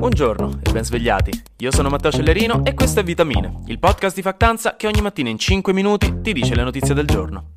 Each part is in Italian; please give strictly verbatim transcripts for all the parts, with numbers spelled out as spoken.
Buongiorno e ben svegliati. Io sono Matteo Cellerino e questo è Vitamine, il podcast di Factanza che ogni mattina in cinque minuti ti dice le notizie del giorno.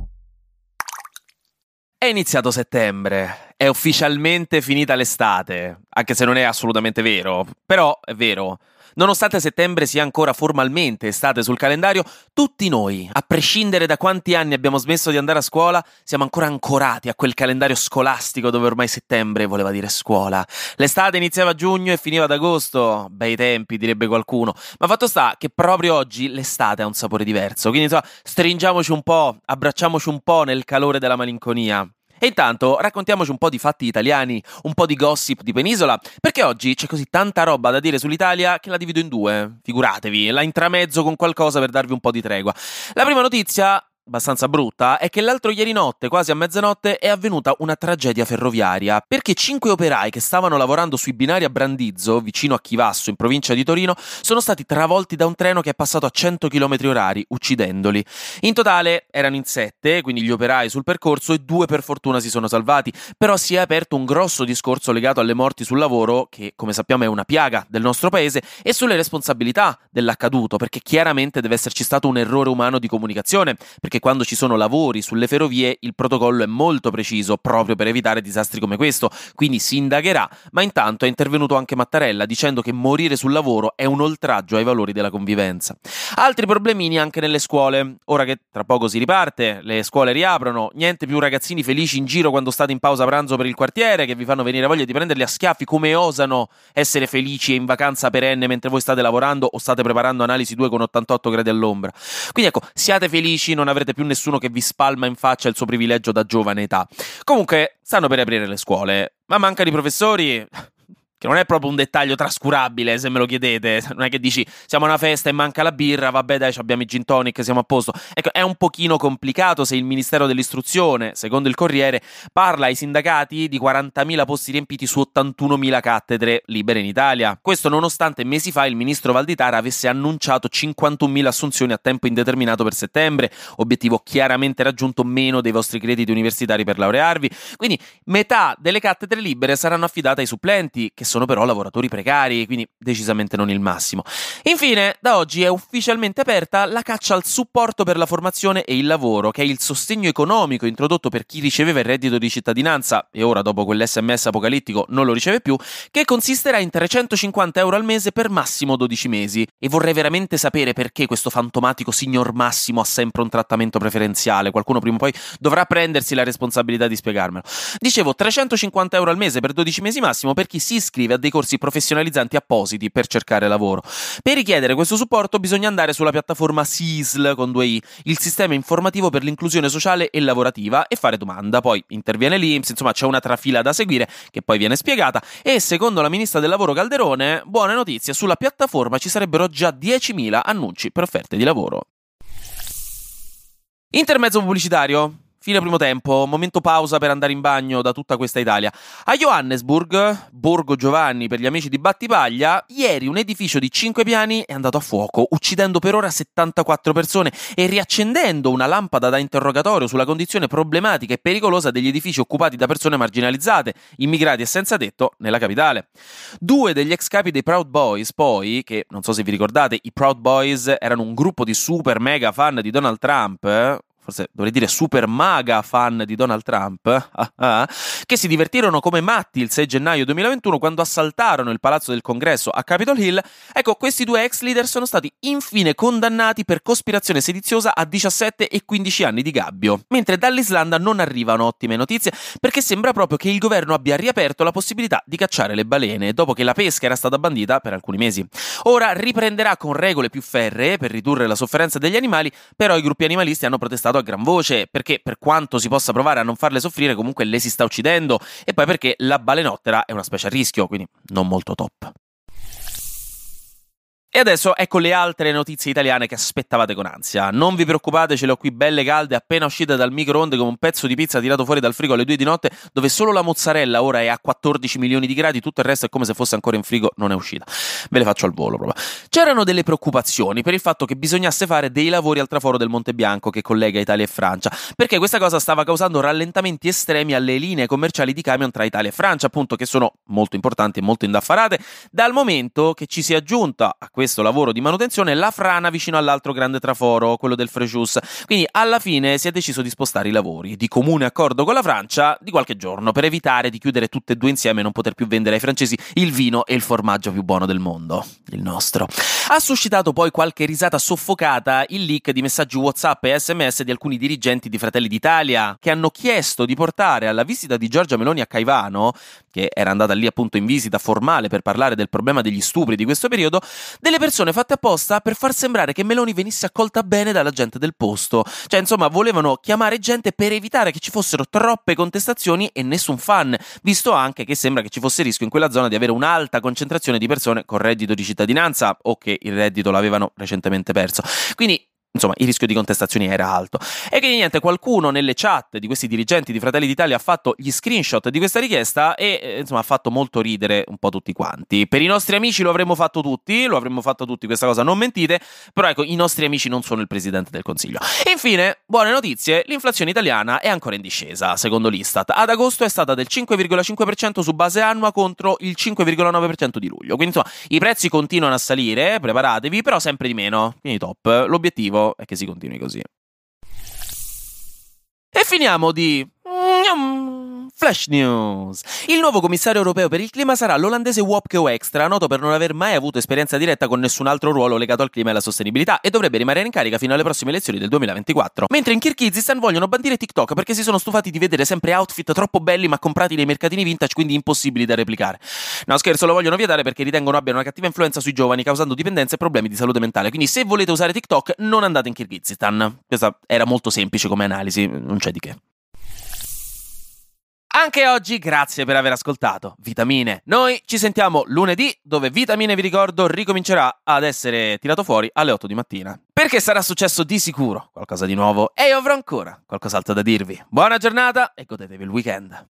È iniziato settembre, è ufficialmente finita l'estate, anche se non è assolutamente vero, però è vero. Nonostante settembre sia ancora formalmente estate sul calendario, tutti noi, a prescindere da quanti anni abbiamo smesso di andare a scuola, siamo ancora ancorati a quel calendario scolastico dove ormai settembre voleva dire scuola. L'estate iniziava a giugno e finiva ad agosto, bei tempi direbbe qualcuno, ma fatto sta che proprio oggi l'estate ha un sapore diverso, quindi insomma stringiamoci un po', abbracciamoci un po' nel calore della malinconia. E intanto raccontiamoci un po' di fatti italiani, un po' di gossip di penisola, perché oggi c'è così tanta roba da dire sull'Italia che la divido in due, figuratevi, la intramezzo con qualcosa per darvi un po' di tregua. La prima notizia, abbastanza brutta, è che l'altro ieri notte, quasi a mezzanotte, è avvenuta una tragedia ferroviaria, perché cinque operai che stavano lavorando sui binari a Brandizzo, vicino a Chivasso, in provincia di Torino, sono stati travolti da un treno che è passato a cento chilometri orari, uccidendoli. In totale erano in sette, quindi gli operai sul percorso, e due per fortuna si sono salvati, però si è aperto un grosso discorso legato alle morti sul lavoro, che come sappiamo è una piaga del nostro paese, e sulle responsabilità dell'accaduto, perché chiaramente deve esserci stato un errore umano di comunicazione, perché quando ci sono lavori sulle ferrovie il protocollo è molto preciso proprio per evitare disastri come questo, quindi si indagherà, ma intanto è intervenuto anche Mattarella dicendo che morire sul lavoro è un oltraggio ai valori della convivenza. Altri problemini anche nelle scuole, ora che tra poco si riparte, le scuole riaprono, niente più ragazzini felici in giro quando state in pausa pranzo per il quartiere che vi fanno venire voglia di prenderli a schiaffi, come osano essere felici e in vacanza perenne mentre voi state lavorando o state preparando analisi due con ottantotto gradi all'ombra. Quindi ecco, siate felici, non avrete più nessuno che vi spalma in faccia il suo privilegio da giovane età. Comunque, stanno per aprire le scuole, ma mancano i professori, che non è proprio un dettaglio trascurabile, se me lo chiedete. Non è che dici, siamo a una festa e manca la birra, vabbè dai, abbiamo i gin tonic, siamo a posto. Ecco, è un pochino complicato se il Ministero dell'Istruzione, secondo il Corriere, parla ai sindacati di quarantamila posti riempiti su ottantunomila cattedre libere in Italia. Questo nonostante mesi fa il ministro Valditara avesse annunciato cinquantunomila assunzioni a tempo indeterminato per settembre, obiettivo chiaramente raggiunto meno dei vostri crediti universitari per laurearvi. Quindi metà delle cattedre libere saranno affidate ai supplenti, che sono però lavoratori precari, quindi decisamente non il massimo. Infine, da oggi è ufficialmente aperta la caccia al supporto per la formazione e il lavoro, che è il sostegno economico introdotto per chi riceveva il reddito di cittadinanza e ora dopo quell'esse emme esse apocalittico non lo riceve più, che consisterà in trecentocinquanta euro al mese per massimo dodici mesi. E vorrei veramente sapere perché questo fantomatico signor Massimo ha sempre un trattamento preferenziale. Qualcuno prima o poi dovrà prendersi la responsabilità di spiegarmelo. Dicevo, trecentocinquanta euro al mese per dodici mesi massimo per chi si iscrive a dei corsi professionalizzanti appositi per cercare lavoro. Per richiedere questo supporto bisogna andare sulla piattaforma S I S L con due i, il sistema informativo per l'inclusione sociale e lavorativa, e fare domanda. Poi interviene l'I N P S, insomma c'è una trafila da seguire che poi viene spiegata, e secondo la ministra del lavoro Calderone, buone notizie, sulla piattaforma ci sarebbero già diecimila annunci per offerte di lavoro. Intermezzo pubblicitario. Fine primo tempo, momento pausa per andare in bagno da tutta questa Italia. A Johannesburg, Borgo Giovanni per gli amici di Battipaglia, ieri un edificio di cinque piani è andato a fuoco, uccidendo per ora settantaquattro persone e riaccendendo una lampada da interrogatorio sulla condizione problematica e pericolosa degli edifici occupati da persone marginalizzate, immigrati e senza tetto nella capitale. Due degli ex capi dei Proud Boys, poi, che non so se vi ricordate, i Proud Boys erano un gruppo di super mega fan di Donald Trump, eh? forse dovrei dire super maga fan di Donald Trump, ah, ah, che si divertirono come matti il sei gennaio duemilaventuno quando assaltarono il palazzo del congresso a Capitol Hill. Ecco, questi due ex leader sono stati infine condannati per cospirazione sediziosa a diciassette e quindici anni di gabbio, mentre dall'Islanda non arrivano ottime notizie, perché sembra proprio che il governo abbia riaperto la possibilità di cacciare le balene dopo che la pesca era stata bandita per alcuni mesi. Ora riprenderà con regole più ferree per ridurre la sofferenza degli animali, però i gruppi animalisti hanno protestato a gran voce, perché per quanto si possa provare a non farle soffrire, comunque le si sta uccidendo, e poi perché la balenottera è una specie a rischio, quindi non molto top. E adesso ecco le altre notizie italiane che aspettavate con ansia. Non vi preoccupate, ce le ho qui belle calde, appena uscite dal microonde come un pezzo di pizza tirato fuori dal frigo alle due di notte, dove solo la mozzarella ora è a quattordici milioni di gradi, tutto il resto è come se fosse ancora in frigo, non è uscita. Ve le faccio al volo proprio. C'erano delle preoccupazioni per il fatto che bisognasse fare dei lavori al traforo del Monte Bianco che collega Italia e Francia, perché questa cosa stava causando rallentamenti estremi alle linee commerciali di camion tra Italia e Francia, appunto, che sono molto importanti e molto indaffarate, dal momento che ci si è aggiunta a questo lavoro di manutenzione la frana vicino all'altro grande traforo, quello del Frejus. Quindi alla fine si è deciso di spostare i lavori, di comune accordo con la Francia, di qualche giorno, per evitare di chiudere tutte e due insieme e non poter più vendere ai francesi il vino e il formaggio più buono del mondo, il nostro. Ha suscitato poi qualche risata soffocata il leak di messaggi WhatsApp e sms di alcuni dirigenti di Fratelli d'Italia che hanno chiesto di portare alla visita di Giorgia Meloni a Caivano, che era andata lì appunto in visita formale per parlare del problema degli stupri di questo periodo, delle persone fatte apposta per far sembrare che Meloni venisse accolta bene dalla gente del posto. Cioè, insomma, volevano chiamare gente per evitare che ci fossero troppe contestazioni e nessun fan, visto anche che sembra che ci fosse rischio in quella zona di avere un'alta concentrazione di persone con reddito di cittadinanza o che il reddito l'avevano recentemente perso. Quindi, insomma, il rischio di contestazioni era alto. E quindi niente, qualcuno nelle chat di questi dirigenti di Fratelli d'Italia ha fatto gli screenshot di questa richiesta e eh, insomma ha fatto molto ridere un po' tutti quanti. Per i nostri amici lo avremmo fatto tutti, lo avremmo fatto tutti, questa cosa non mentite, però ecco, i nostri amici non sono il Presidente del Consiglio. E infine, buone notizie, l'inflazione italiana è ancora in discesa, secondo l'Istat. Ad agosto è stata del cinque virgola cinque per cento su base annua contro il cinque virgola nove per cento di luglio. Quindi insomma, i prezzi continuano a salire, preparatevi, però sempre di meno. Quindi top. L'obiettivo è che si continui così. E finiamo di Flash News. Il nuovo commissario europeo per il clima sarà l'olandese Wopke Hoekstra, noto per non aver mai avuto esperienza diretta con nessun altro ruolo legato al clima e alla sostenibilità, e dovrebbe rimanere in carica fino alle prossime elezioni del duemilaventiquattro. Mentre in Kirghizistan vogliono bandire TikTok perché si sono stufati di vedere sempre outfit troppo belli ma comprati nei mercatini vintage, quindi impossibili da replicare. No, scherzo, lo vogliono vietare perché ritengono abbiano una cattiva influenza sui giovani, causando dipendenze e problemi di salute mentale. Quindi se volete usare TikTok non andate in Kirghizistan. Questa era molto semplice come analisi, non c'è di che. Anche oggi grazie per aver ascoltato Vitamine. Noi ci sentiamo lunedì, dove Vitamine, vi ricordo, ricomincerà ad essere tirato fuori alle otto di mattina. Perché sarà successo di sicuro qualcosa di nuovo e io avrò ancora qualcos'altro da dirvi. Buona giornata e godetevi il weekend.